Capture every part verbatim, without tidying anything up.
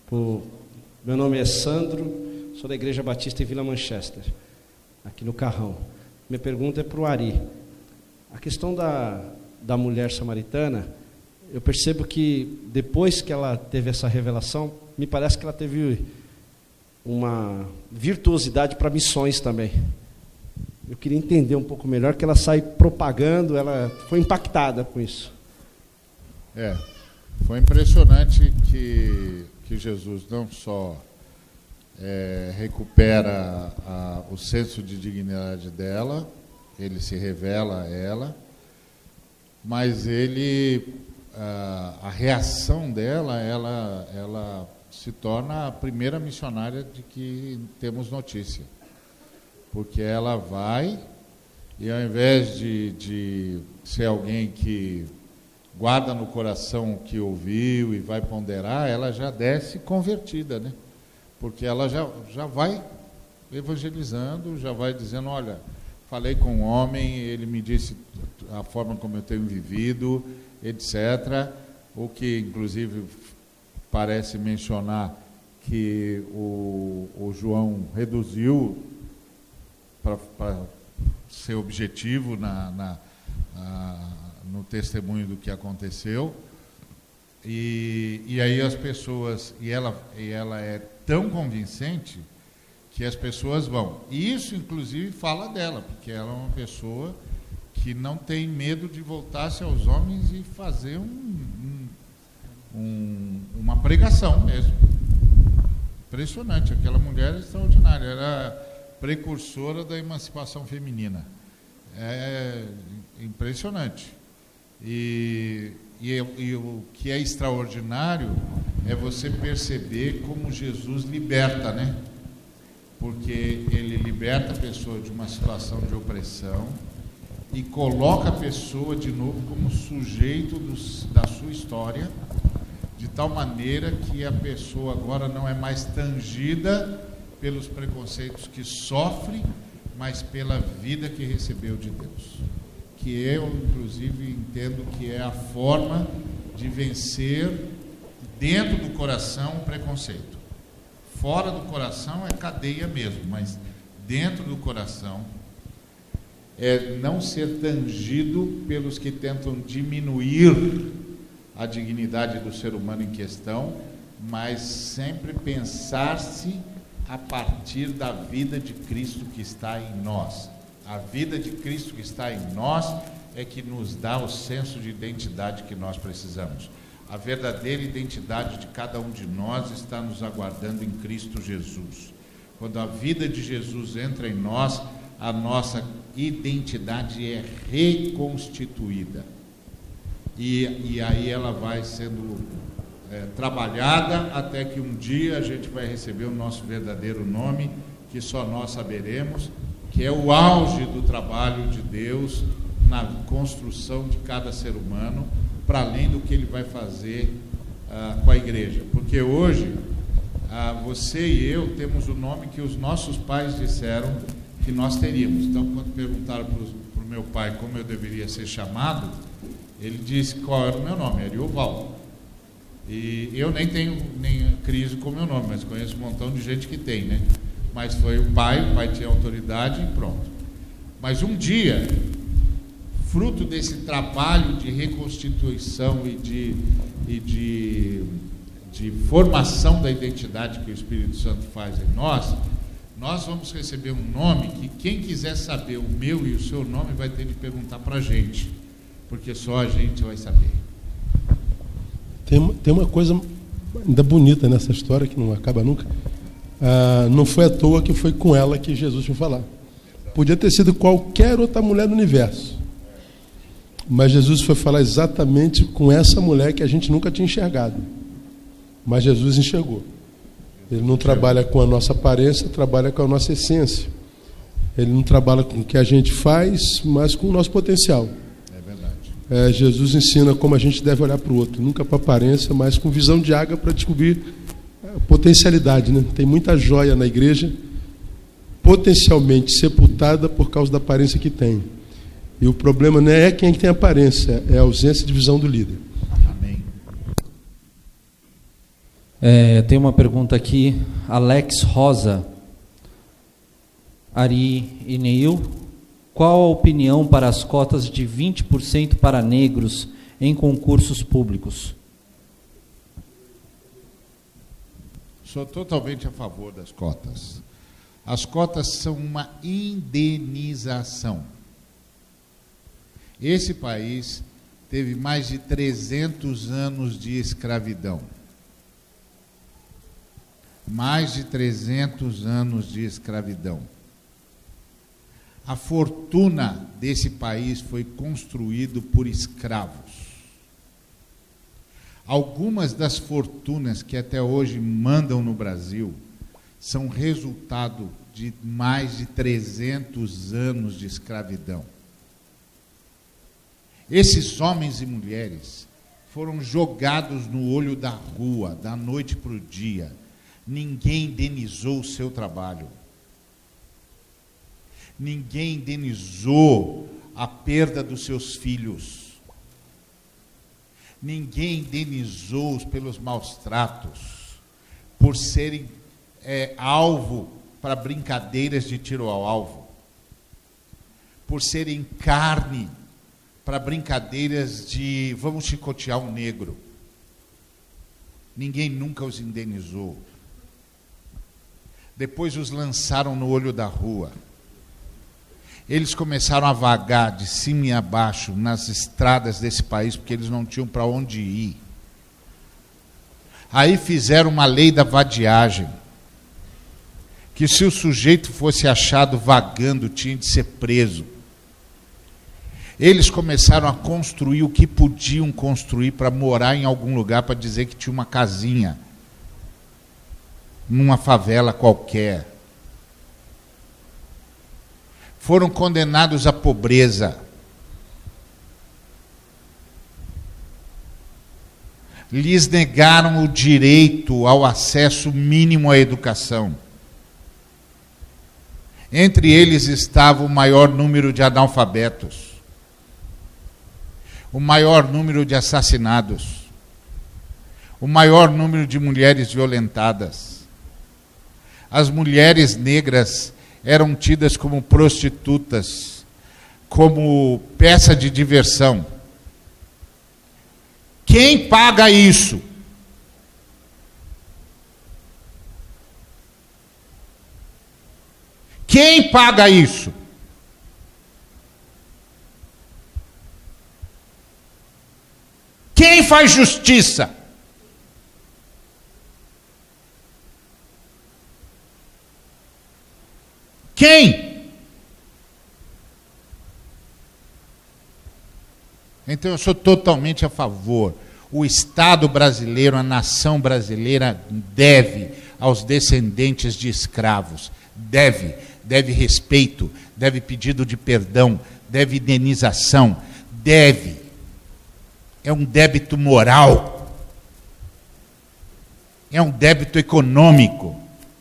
Por... Meu nome é Sandro, sou da Igreja Batista em Vila Manchester, aqui no Carrão. Minha pergunta é para o Ari. A questão da, da mulher samaritana, eu percebo que depois que ela teve essa revelação, me parece que ela teve uma virtuosidade para missões também. Eu queria entender um pouco melhor, que ela sai propagando, ela foi impactada com isso. É, foi impressionante que, que Jesus não só é, recupera a, o senso de dignidade dela, ele se revela a ela, mas ele, a, a reação dela, ela, ela se torna a primeira missionária de que temos notícia. Porque ela vai, e ao invés de, de ser alguém que guarda no coração o que ouviu e vai ponderar, ela já desce convertida, né? Porque ela já, já vai evangelizando, já vai dizendo, olha, falei com um homem, ele me disse a forma como eu tenho vivido, etcétera. O que, inclusive, parece mencionar que o, o João reduziu para ser objetivo na, na, na, no testemunho do que aconteceu. E, e aí as pessoas, e ela, e ela é tão convincente que as pessoas vão. E isso, inclusive, fala dela, porque ela é uma pessoa que não tem medo de voltar-se aos homens e fazer um, um, um, uma pregação mesmo. Impressionante, aquela mulher é extraordinária, era precursora da emancipação feminina. É impressionante. E, e, e o que é extraordinário é você perceber como Jesus liberta, né? Porque ele liberta a pessoa de uma situação de opressão e coloca a pessoa de novo como sujeito dos, da sua história, de tal maneira que a pessoa agora não é mais tangida pelos preconceitos que sofre, mas pela vida que recebeu de Deus. Que eu, inclusive, entendo que é a forma de vencer dentro do coração o preconceito. Fora do coração é cadeia mesmo, mas dentro do coração é não ser tangido pelos que tentam diminuir a dignidade do ser humano em questão, mas sempre pensar-se a partir da vida de Cristo que está em nós. A vida de Cristo que está em nós é que nos dá o senso de identidade que nós precisamos. A verdadeira identidade de cada um de nós está nos aguardando em Cristo Jesus. Quando a vida de Jesus entra em nós, a nossa identidade é reconstituída. E, e aí ela vai sendo é, trabalhada até que um dia a gente vai receber o nosso verdadeiro nome, que só nós saberemos, que é o auge do trabalho de Deus na construção de cada ser humano, para além do que ele vai fazer ah, com a igreja. Porque hoje, ah, você e eu temos o nome que os nossos pais disseram que nós teríamos. Então, quando perguntaram para o meu pai como eu deveria ser chamado, ele disse qual era o meu nome, Ariovaldo. E eu nem tenho nem crise com o meu nome, mas conheço um montão de gente que tem, né? Mas foi o pai, o pai tinha autoridade e pronto. Mas um dia, fruto desse trabalho de reconstituição e de, e de, de formação da identidade que o Espírito Santo faz em nós, nós vamos receber um nome que quem quiser saber o meu e o seu nome vai ter de perguntar para a gente, porque só a gente vai saber. Tem, tem uma coisa ainda bonita nessa história que não acaba nunca. Ah, não foi à toa que foi com ela que Jesus foi falar. Podia ter sido qualquer outra mulher do universo, mas Jesus foi falar exatamente com essa mulher que a gente nunca tinha enxergado, mas Jesus enxergou. Ele não trabalha com a nossa aparência, trabalha com a nossa essência. Ele não trabalha com o que a gente faz, mas com o nosso potencial. É verdade. É, Jesus ensina como a gente deve olhar para o outro, nunca para a aparência, mas com visão de águia para descobrir a potencialidade, né? Tem muita joia na igreja potencialmente sepultada por causa da aparência que tem. E o problema não é quem tem aparência, é a ausência de visão do líder. Amém. É, tem uma pergunta aqui, Alex Rosa. Ari e Neil, qual a opinião para as cotas de vinte por cento para negros em concursos públicos? Sou totalmente a favor das cotas. As cotas são uma indenização. Esse país teve mais de trezentos anos de escravidão. Mais de trezentos anos de escravidão. A fortuna desse país foi construída por escravos. Algumas das fortunas que até hoje mandam no Brasil são resultado de mais de trezentos anos de escravidão. Esses homens e mulheres foram jogados no olho da rua, da noite para o dia. Ninguém indenizou o seu trabalho. Ninguém indenizou a perda dos seus filhos. Ninguém indenizou-os pelos maus tratos, por serem é, alvo para brincadeiras de tiro ao alvo, por serem carne para brincadeiras de vamos chicotear um negro. Ninguém nunca os indenizou. Depois os lançaram no olho da rua. Eles começaram a vagar de cima e abaixo nas estradas desse país, porque eles não tinham para onde ir. Aí fizeram uma lei da vadiagem, que se o sujeito fosse achado vagando, tinha de ser preso. Eles começaram a construir o que podiam construir para morar em algum lugar, para dizer que tinha uma casinha, numa favela qualquer. Foram condenados à pobreza. Lhes negaram o direito ao acesso mínimo à educação. Entre eles estava o maior número de analfabetos, o maior número de assassinados, o maior número de mulheres violentadas. As mulheres negras eram tidas como prostitutas, como peça de diversão. Quem paga isso? Quem paga isso? Quem faz justiça? Quem? Então eu sou totalmente a favor. O Estado brasileiro, a nação brasileira deve aos descendentes de escravos. Deve, deve respeito, deve pedido de perdão, deve indenização, deve. É um débito moral. É um débito econômico.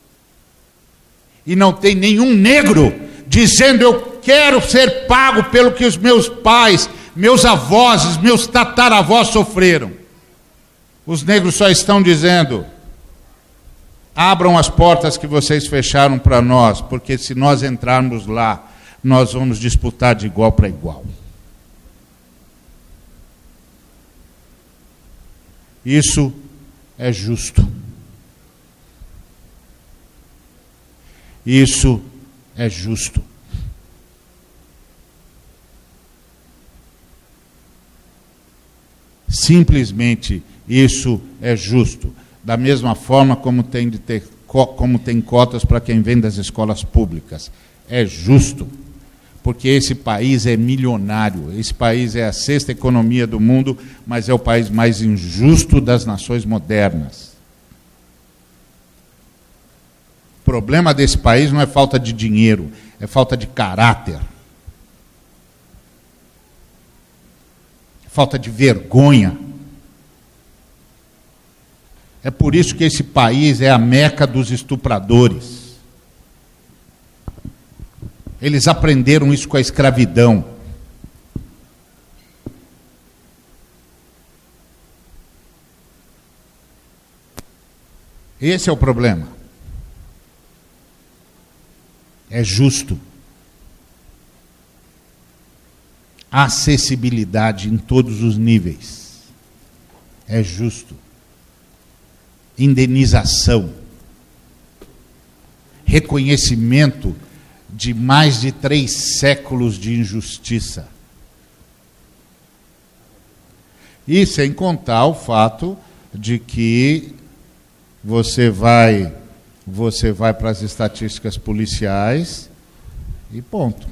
E não tem nenhum negro dizendo eu quero ser pago pelo que os meus pais, meus avós, meus tataravós sofreram. Os negros só estão dizendo, abram as portas que vocês fecharam para nós, porque se nós entrarmos lá, nós vamos disputar de igual para igual. Isso é justo. Isso é justo. Simplesmente isso é justo. Da mesma forma como tem, de ter, como tem cotas para quem vem das escolas públicas. É justo. Porque esse país é milionário. Esse país é a sexta economia do mundo, mas é o país mais injusto das nações modernas. O problema desse país não é falta de dinheiro, é falta de caráter. É falta de vergonha. É por isso que esse país é a meca dos estupradores. Eles aprenderam isso com a escravidão. Esse é o problema. É justo. Acessibilidade em todos os níveis. É justo. Indenização. Reconhecimento de mais de três séculos de injustiça. E sem contar o fato de que você vai, você vai para as estatísticas policiais e ponto.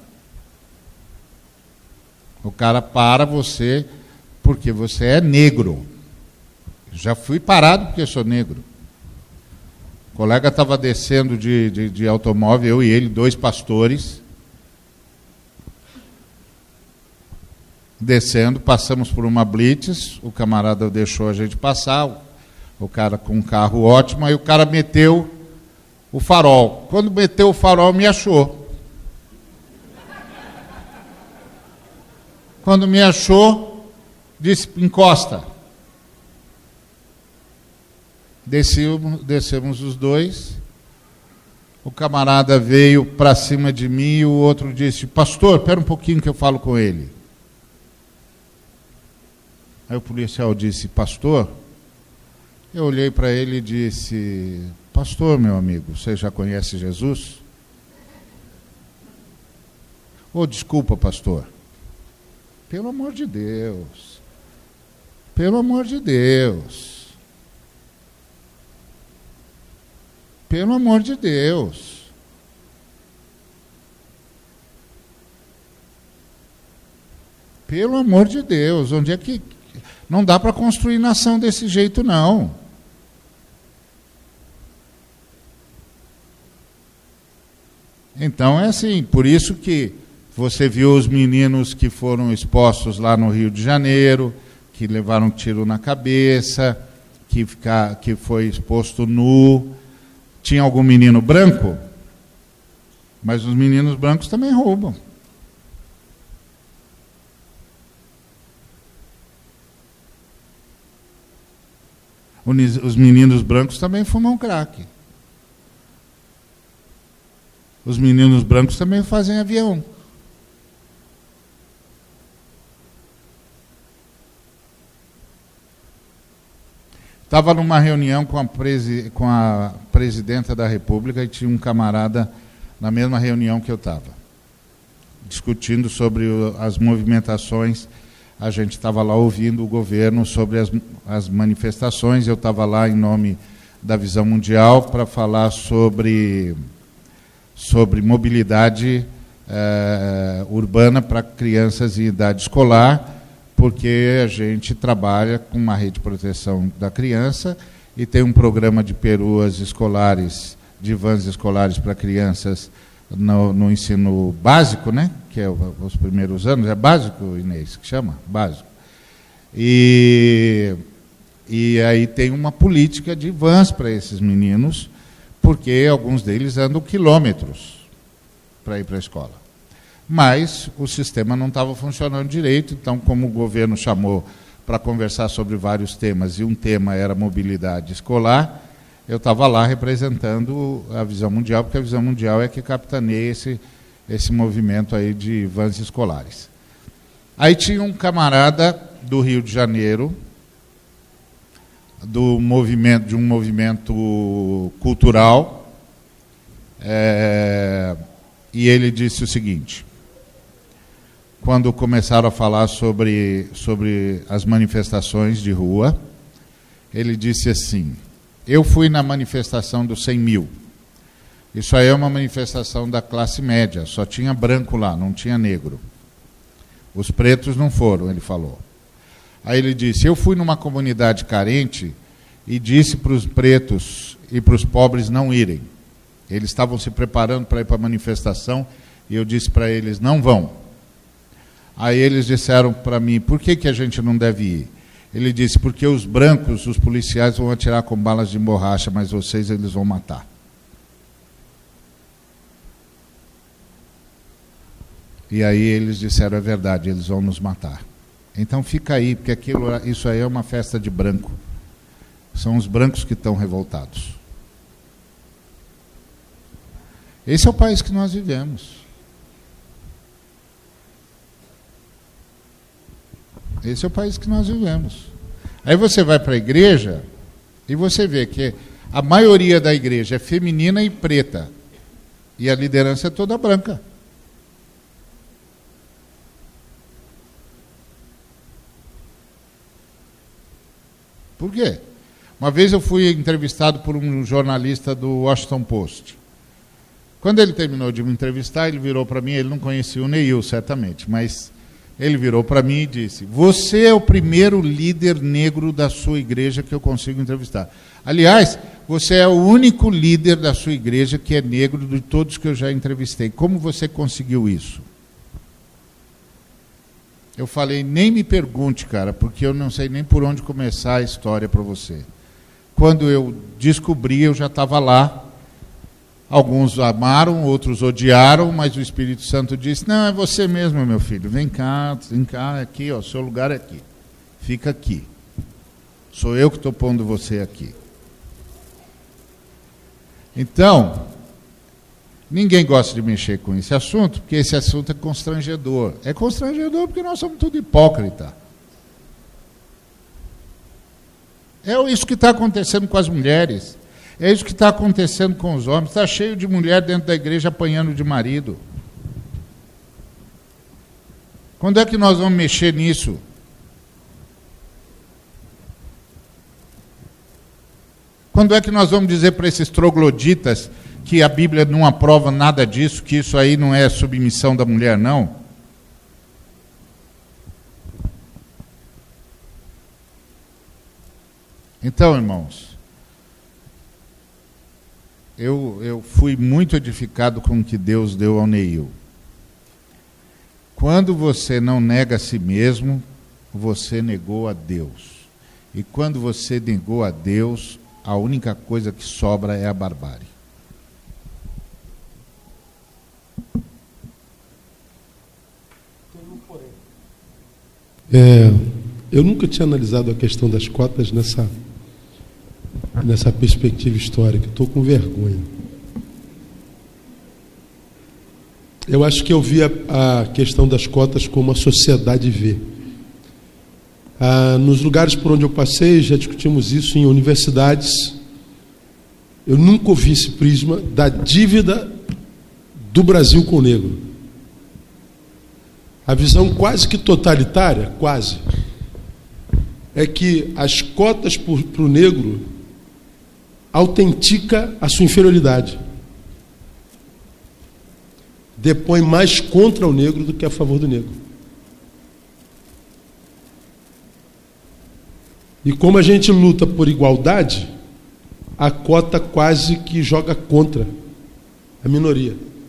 O cara para você porque você é negro. Já fui parado porque sou negro. O colega estava descendo de, de, de automóvel, eu e ele, dois pastores. Descendo, passamos por uma blitz, o camarada deixou a gente passar, o cara com um carro ótimo, aí o cara meteu o farol. Quando meteu o farol, me achou. Quando me achou, disse, encosta. Descemos, descemos os dois, o camarada veio para cima de mim e o outro disse, pastor, espera um pouquinho que eu falo com ele. Aí o policial disse, pastor? Eu olhei para ele e disse, pastor, meu amigo, você já conhece Jesus? Oh, desculpa, pastor. Pelo amor de Deus. Pelo amor de Deus. Pelo amor de Deus. Pelo amor de Deus, onde é que... Não dá para construir nação desse jeito, não. Então é assim, por isso que você viu os meninos que foram expostos lá no Rio de Janeiro, que levaram um tiro na cabeça, que, ficar, que foi exposto nu. Tinha algum menino branco? Mas os meninos brancos também roubam. Os meninos brancos também fumam crack. Os meninos brancos também fazem avião. Estava numa reunião com a, presi, com a presidenta da República e tinha um camarada na mesma reunião que eu estava, discutindo sobre o, as movimentações. A gente estava lá ouvindo o governo sobre as, as manifestações. Eu estava lá em nome da Visão Mundial para falar sobre, sobre mobilidade eh, urbana para crianças em idade escolar, porque a gente trabalha com uma rede de proteção da criança e tem um programa de peruas escolares, de vans escolares para crianças no, no ensino básico, né? Que é o, os primeiros anos, é básico, Inês, que chama? Básico. E, e aí tem uma política de vans para esses meninos, porque alguns deles andam quilômetros para ir para a escola. Mas o sistema não estava funcionando direito, então como o governo chamou para conversar sobre vários temas, e um tema era mobilidade escolar, eu estava lá representando a Visão Mundial, porque a Visão Mundial é que capitaneia esse, esse movimento aí de vans escolares. Aí tinha um camarada do Rio de Janeiro, do movimento, de um movimento cultural, é, e ele disse o seguinte, quando começaram a falar sobre, sobre as manifestações de rua, ele disse assim, eu fui na manifestação dos cem mil, isso aí é uma manifestação da classe média, só tinha branco lá, não tinha negro. Os pretos não foram, ele falou. Aí ele disse, eu fui numa comunidade carente e disse para os pretos e para os pobres não irem. Eles estavam se preparando para ir para a manifestação e eu disse para eles, não vão. Aí eles disseram para mim, por que, que a gente não deve ir? Ele disse, porque os brancos, os policiais vão atirar com balas de borracha, mas vocês eles vão matar. E aí eles disseram, é verdade, eles vão nos matar. Então fica aí, porque aquilo, isso aí é uma festa de branco. São os brancos que estão revoltados. Esse é o país que nós vivemos. Esse é o país que nós vivemos. Aí você vai para a igreja e você vê que a maioria da igreja é feminina e preta. E a liderança é toda branca. Por quê? Uma vez eu fui entrevistado por um jornalista do Washington Post. Quando ele terminou de me entrevistar, ele virou para mim, ele não conhecia o Neil, certamente, mas ele virou para mim e disse: você é o primeiro líder negro da sua igreja que eu consigo entrevistar. Aliás, você é o único líder da sua igreja que é negro de todos que eu já entrevistei. Como você conseguiu isso? Eu falei: nem me pergunte, cara, porque eu não sei nem por onde começar a história para você. Quando eu descobri, eu já estava lá. Alguns amaram, outros odiaram, mas o Espírito Santo disse: não, é você mesmo, meu filho, vem cá, vem cá, aqui, ó, seu lugar é aqui, fica aqui. Sou eu que estou pondo você aqui. Então, ninguém gosta de mexer com esse assunto, porque esse assunto é constrangedor. É constrangedor porque nós somos tudo hipócrita. É isso que está acontecendo com as mulheres. É isso que está acontecendo com os homens. Está cheio de mulher dentro da igreja apanhando de marido. Quando é que nós vamos mexer nisso? Quando é que nós vamos dizer para esses trogloditas que a Bíblia não aprova nada disso, que isso aí não é submissão da mulher, não? Então, irmãos, Eu, eu fui muito edificado com o que Deus deu ao Neil. Quando você não nega a si mesmo, você negou a Deus. E quando você negou a Deus, a única coisa que sobra é a barbárie. É, eu nunca tinha analisado a questão das cotas nessa... nessa perspectiva histórica. Estou com vergonha. Eu acho que eu vi a, a questão das cotas como a sociedade vê. Ah, nos lugares por onde eu passei, já discutimos isso em universidades. Eu nunca ouvi esse prisma da dívida do Brasil com o negro. A visão quase que totalitária, quase, é que as cotas para o negro autentica a sua inferioridade. Depõe mais contra o negro do que a favor do negro. E como a gente luta por igualdade, a cota quase que joga contra a minoria.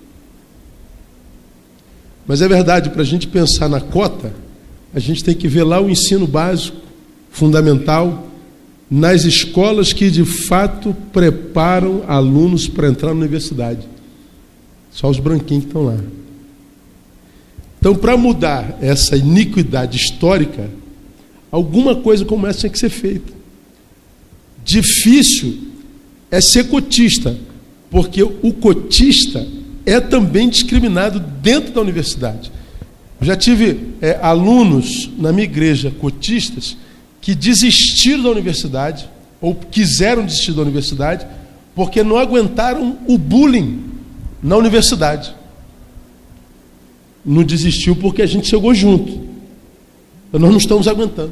Mas é verdade, para a gente pensar na cota, a gente tem que ver lá o ensino básico, fundamental, nas escolas que de fato preparam alunos para entrar na universidade. Só os branquinhos que estão lá. Então, para mudar essa iniquidade histórica, alguma coisa como essa tem que ser feita. Difícil é ser cotista, porque o cotista é também discriminado dentro da universidade. Eu já tive é, alunos na minha igreja cotistas que desistiram da universidade, ou quiseram desistir da universidade, porque não aguentaram o bullying na universidade. Não desistiu porque a gente chegou junto. Então, nós não estamos aguentando.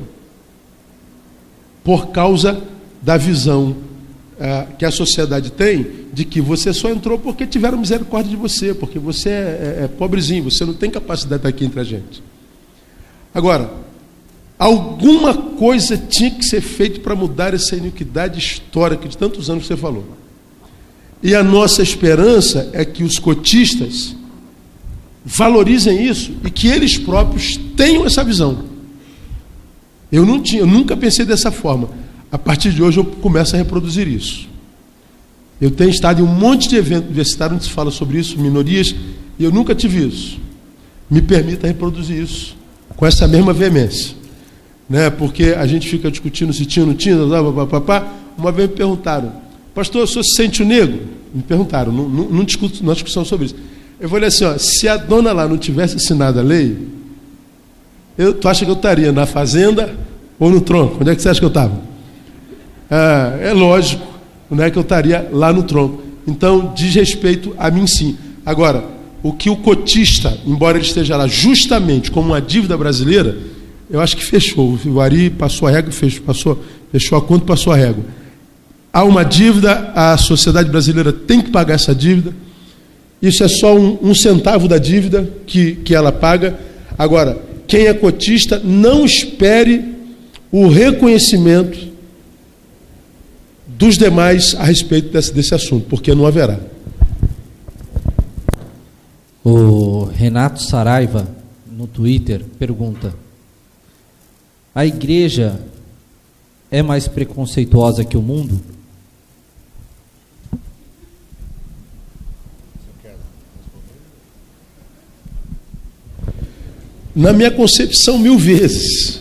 Por causa da visão é, que a sociedade tem de que você só entrou porque tiveram misericórdia de você, porque você é, é, é pobrezinho, você não tem capacidade de estar aqui entre a gente. Agora, alguma coisa tinha que ser feita para mudar essa iniquidade histórica de tantos anos que você falou. E a nossa esperança é que os cotistas valorizem isso e que eles próprios tenham essa visão. Eu não tinha, eu nunca pensei dessa forma. A partir de hoje eu começo a reproduzir isso. Eu tenho estado em um monte de eventos universitários onde se fala sobre isso, minorias, e eu nunca tive isso. Me permita reproduzir isso com essa mesma veemência. Né? Porque a gente fica discutindo se tinha ou não tinha, blá, blá, blá, blá. Uma vez me perguntaram: pastor, o senhor se sente o negro? me perguntaram, não, não, não discuto, não discussão sobre isso. Eu falei assim, ó, se a dona lá não tivesse assinado a lei, eu, tu acha que eu estaria na fazenda ou no tronco? Onde é que você acha que eu estava? Ah, é lógico, não é que eu estaria lá no tronco. Então, diz respeito a mim sim. Agora, o que o cotista, embora ele esteja lá justamente como uma dívida brasileira, eu acho que fechou. O Ari passou a régua, fechou, passou, fechou a conta e passou a régua. Há uma dívida, a sociedade brasileira tem que pagar essa dívida. Isso é só um, um centavo da dívida que, que ela paga. Agora, quem é cotista, não espere o reconhecimento dos demais a respeito desse, desse assunto, porque não haverá. O Renato Saraiva, no Twitter, pergunta: a igreja é mais preconceituosa que o mundo? Na minha concepção, mil vezes.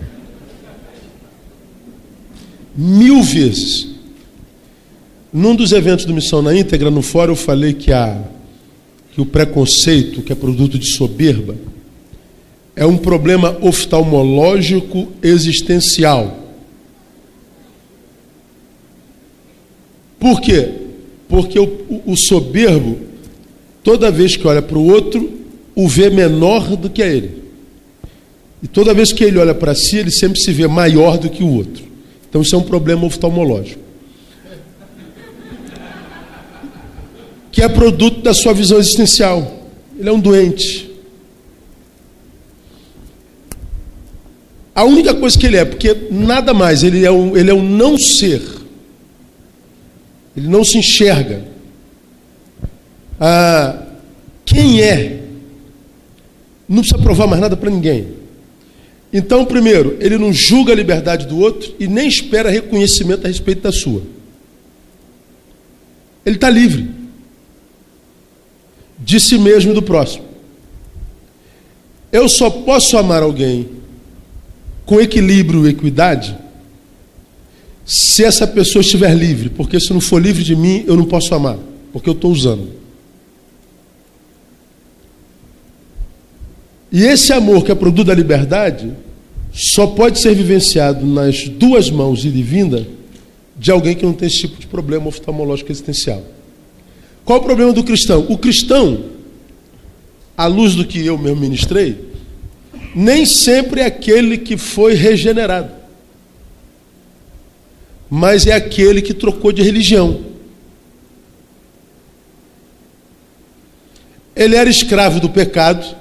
Mil vezes. Num dos eventos do Missão na Íntegra, no fórum, eu falei que, a, que o preconceito, que é produto de soberba, é um problema oftalmológico existencial. Por quê? Porque o, o soberbo, toda vez que olha para o outro, o vê menor do que a ele. E toda vez que ele olha para si, ele sempre se vê maior do que o outro. Então isso é um problema oftalmológico, que é produto da sua visão existencial. Ele é um doente. A única coisa que ele é, porque nada mais, ele é um, ele é um não ser. Ele não se enxerga. Ah, quem é? Não precisa provar mais nada para ninguém. Então, primeiro, ele não julga a liberdade do outro e nem espera reconhecimento a respeito da sua. Ele está livre de si mesmo e do próximo. Eu só posso amar alguém com equilíbrio e equidade se essa pessoa estiver livre, porque se não for livre de mim, eu não posso amar, porque eu estou usando. E esse amor que é produto da liberdade só pode ser vivenciado nas duas mãos e de vinda de alguém que não tem esse tipo de problema oftalmológico existencial. Qual o problema do cristão? O cristão, à luz do que eu mesmo ministrei, nem sempre é aquele que foi regenerado, mas é aquele que trocou de religião. Ele era escravo do pecado,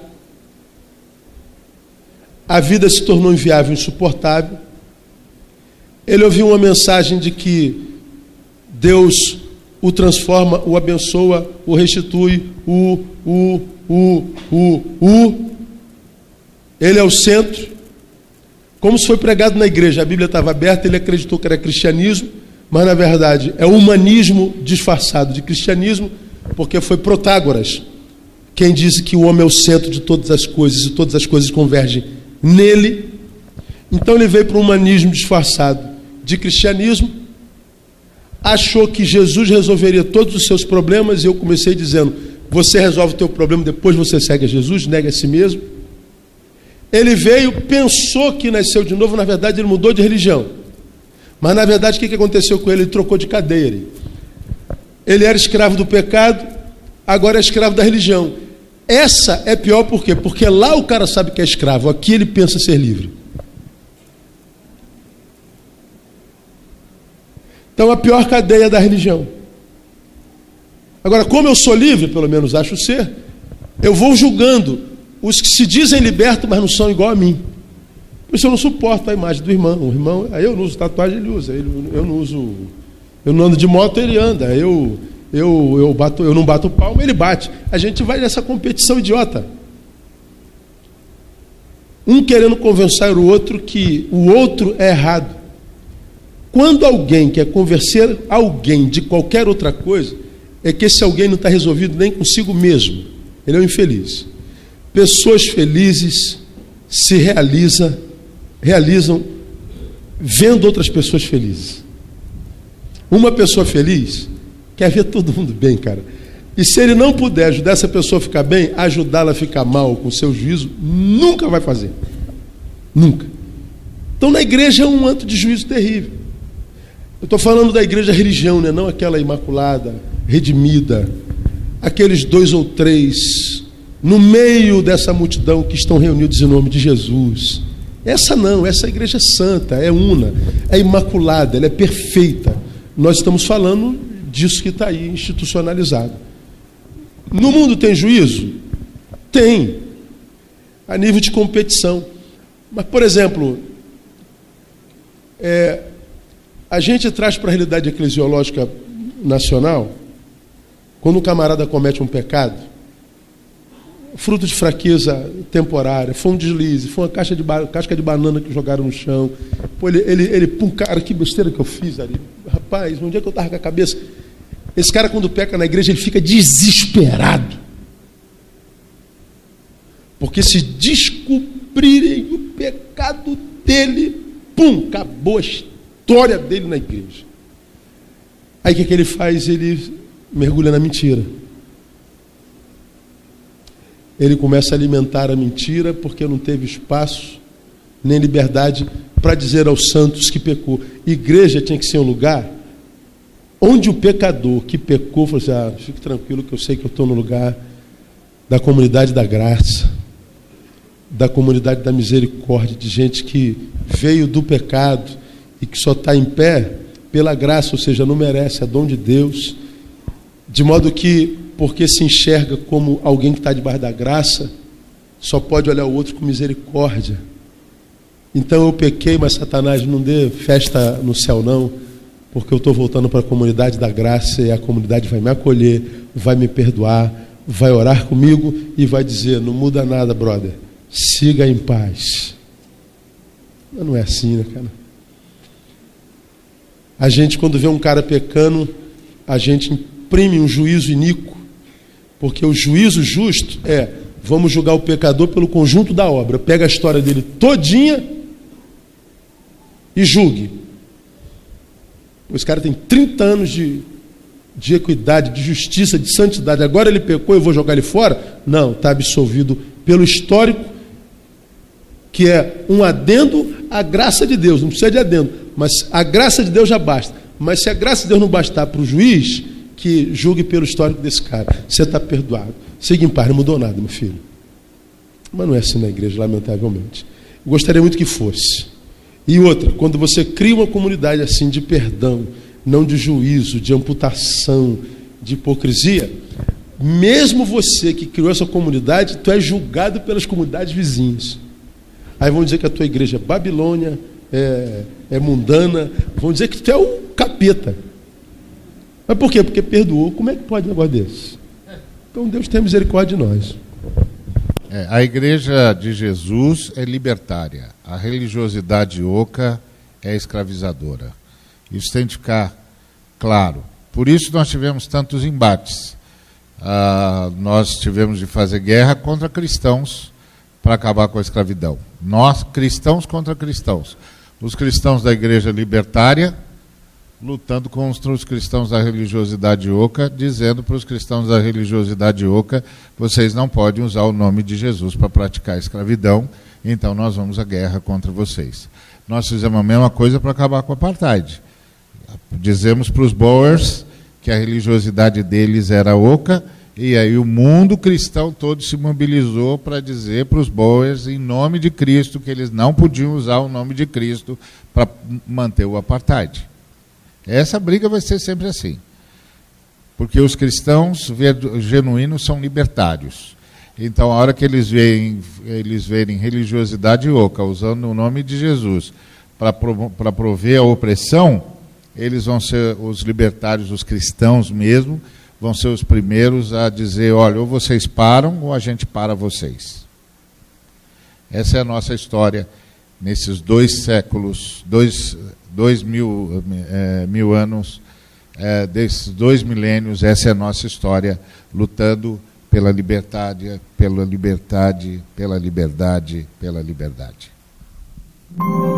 a vida se tornou inviável, insuportável. Ele ouviu uma mensagem de que Deus o transforma, o abençoa, o restitui, o, o, o, o, o. Ele é o centro. Como se foi pregado na igreja, a Bíblia estava aberta, ele acreditou que era cristianismo, mas na verdade é humanismo disfarçado de cristianismo, porque foi Protágoras quem disse que o homem é o centro de todas as coisas e todas as coisas convergem nele. Então ele veio para um humanismo disfarçado de cristianismo, achou que Jesus resolveria todos os seus problemas, e eu comecei dizendo: você resolve o teu problema, depois você segue a Jesus, nega a si mesmo. Ele veio, pensou que nasceu de novo, na verdade ele mudou de religião, mas na verdade o que aconteceu com ele? Ele trocou de cadeia. Ele era escravo do pecado, agora é escravo da religião. Essa é pior por quê? Porque lá o cara sabe que é escravo, aqui ele pensa ser livre. Então a pior cadeia é da religião. Agora, como eu sou livre, pelo menos acho ser, eu vou julgando os que se dizem libertos, mas não são igual a mim. Por isso eu não suporto a imagem do irmão. O irmão, aí eu não uso tatuagem, ele usa. Eu não uso, eu não ando de moto, ele anda. Eu Eu, eu, bato, eu não bato palma, ele bate. A gente vai nessa competição idiota. Um querendo convencer o outro que o outro é errado. Quando alguém quer convencer alguém de qualquer outra coisa, é que esse alguém não está resolvido nem consigo mesmo. Ele é um infeliz. Pessoas felizes se realiza, realizam vendo outras pessoas felizes. Uma pessoa feliz quer ver todo mundo bem, cara. E se ele não puder ajudar essa pessoa a ficar bem, ajudá-la a ficar mal com o seu juízo, nunca vai fazer. Nunca. Então, na igreja é um manto de juízo terrível. Eu estou falando da igreja religião, né? Não aquela imaculada, redimida, aqueles dois ou três no meio dessa multidão que estão reunidos em nome de Jesus. Essa não, essa igreja é santa, é una, é imaculada, ela é perfeita. Nós estamos falando disso que está aí institucionalizado. No mundo tem juízo? Tem. A nível de competição. Mas, por exemplo, é, a gente traz para a realidade eclesiológica nacional, quando um camarada comete um pecado, fruto de fraqueza temporária, foi um deslize, foi uma caixa de, casca de banana que jogaram no chão, pô, ele, ele, ele, pum, cara, que besteira que eu fiz ali, rapaz, um dia que eu estava com a cabeça, esse cara quando peca na igreja, ele fica desesperado, porque se descobrirem o pecado dele, pum, acabou a história dele na igreja. Aí o que, que ele faz? Ele mergulha na mentira. Ele começa a alimentar a mentira porque não teve espaço nem liberdade para dizer aos santos que pecou. Igreja tinha que ser um lugar onde o pecador que pecou falou assim, ah, fique tranquilo que eu sei que eu estou no lugar da comunidade da graça, da comunidade da misericórdia, de gente que veio do pecado e que só está em pé pela graça, ou seja, não merece, é dom de Deus, de modo que, porque se enxerga como alguém que está debaixo da graça, só pode olhar o outro com misericórdia. Então eu pequei, mas Satanás não dê festa no céu não, porque eu estou voltando para a comunidade da graça e a comunidade vai me acolher, vai me perdoar, vai orar comigo e vai dizer, não muda nada, brother, siga em paz. Mas não é assim, né, cara? A gente, quando vê um cara pecando, a gente imprime um juízo iníquo, porque o juízo justo é, vamos julgar o pecador pelo conjunto da obra. Pega a história dele todinha e julgue. Esse cara tem trinta anos de, de equidade, de justiça, de santidade. Agora ele pecou, eu vou jogar ele fora? Não, está absolvido pelo histórico, que é um adendo à graça de Deus. Não precisa de adendo, mas a graça de Deus já basta. Mas se a graça de Deus não bastar para o juiz, que julgue pelo histórico desse cara, você está perdoado. Siga em paz, não mudou nada, meu filho. Mas não é assim na igreja, lamentavelmente. Eu gostaria muito que fosse. E outra, quando você cria uma comunidade assim de perdão, não de juízo, de amputação, de hipocrisia, mesmo você que criou essa comunidade, tu é julgado pelas comunidades vizinhas. Aí vão dizer que a tua igreja é Babilônia, é, é mundana, vão dizer que tu é o capeta. Mas por quê? Porque perdoou. Como é que pode um negócio desse? Então Deus tem misericórdia de nós. É, a igreja de Jesus é libertária. A religiosidade oca é escravizadora. Isso tem de ficar claro. Por isso nós tivemos tantos embates. Ah, nós tivemos de fazer guerra contra cristãos para acabar com a escravidão. Nós, cristãos contra cristãos. Os cristãos da igreja libertária lutando contra os cristãos da religiosidade oca, dizendo para os cristãos da religiosidade oca, vocês não podem usar o nome de Jesus para praticar a escravidão, então nós vamos à guerra contra vocês. Nós fizemos a mesma coisa para acabar com o apartheid. Dizemos para os Boers que a religiosidade deles era oca, e aí o mundo cristão todo se mobilizou para dizer para os Boers, em nome de Cristo, que eles não podiam usar o nome de Cristo para manter o apartheid. Essa briga vai ser sempre assim, porque os cristãos genuínos são libertários. Então, a hora que eles veem, eles verem religiosidade oca, usando o nome de Jesus para para prover a opressão, eles vão ser os libertários, os cristãos mesmo, vão ser os primeiros a dizer, olha, ou vocês param ou a gente para vocês. Essa é a nossa história nesses dois séculos, dois, dois mil, é, mil anos, é, desses dois milênios, essa é a nossa história, lutando pela liberdade, pela liberdade, pela liberdade, pela liberdade.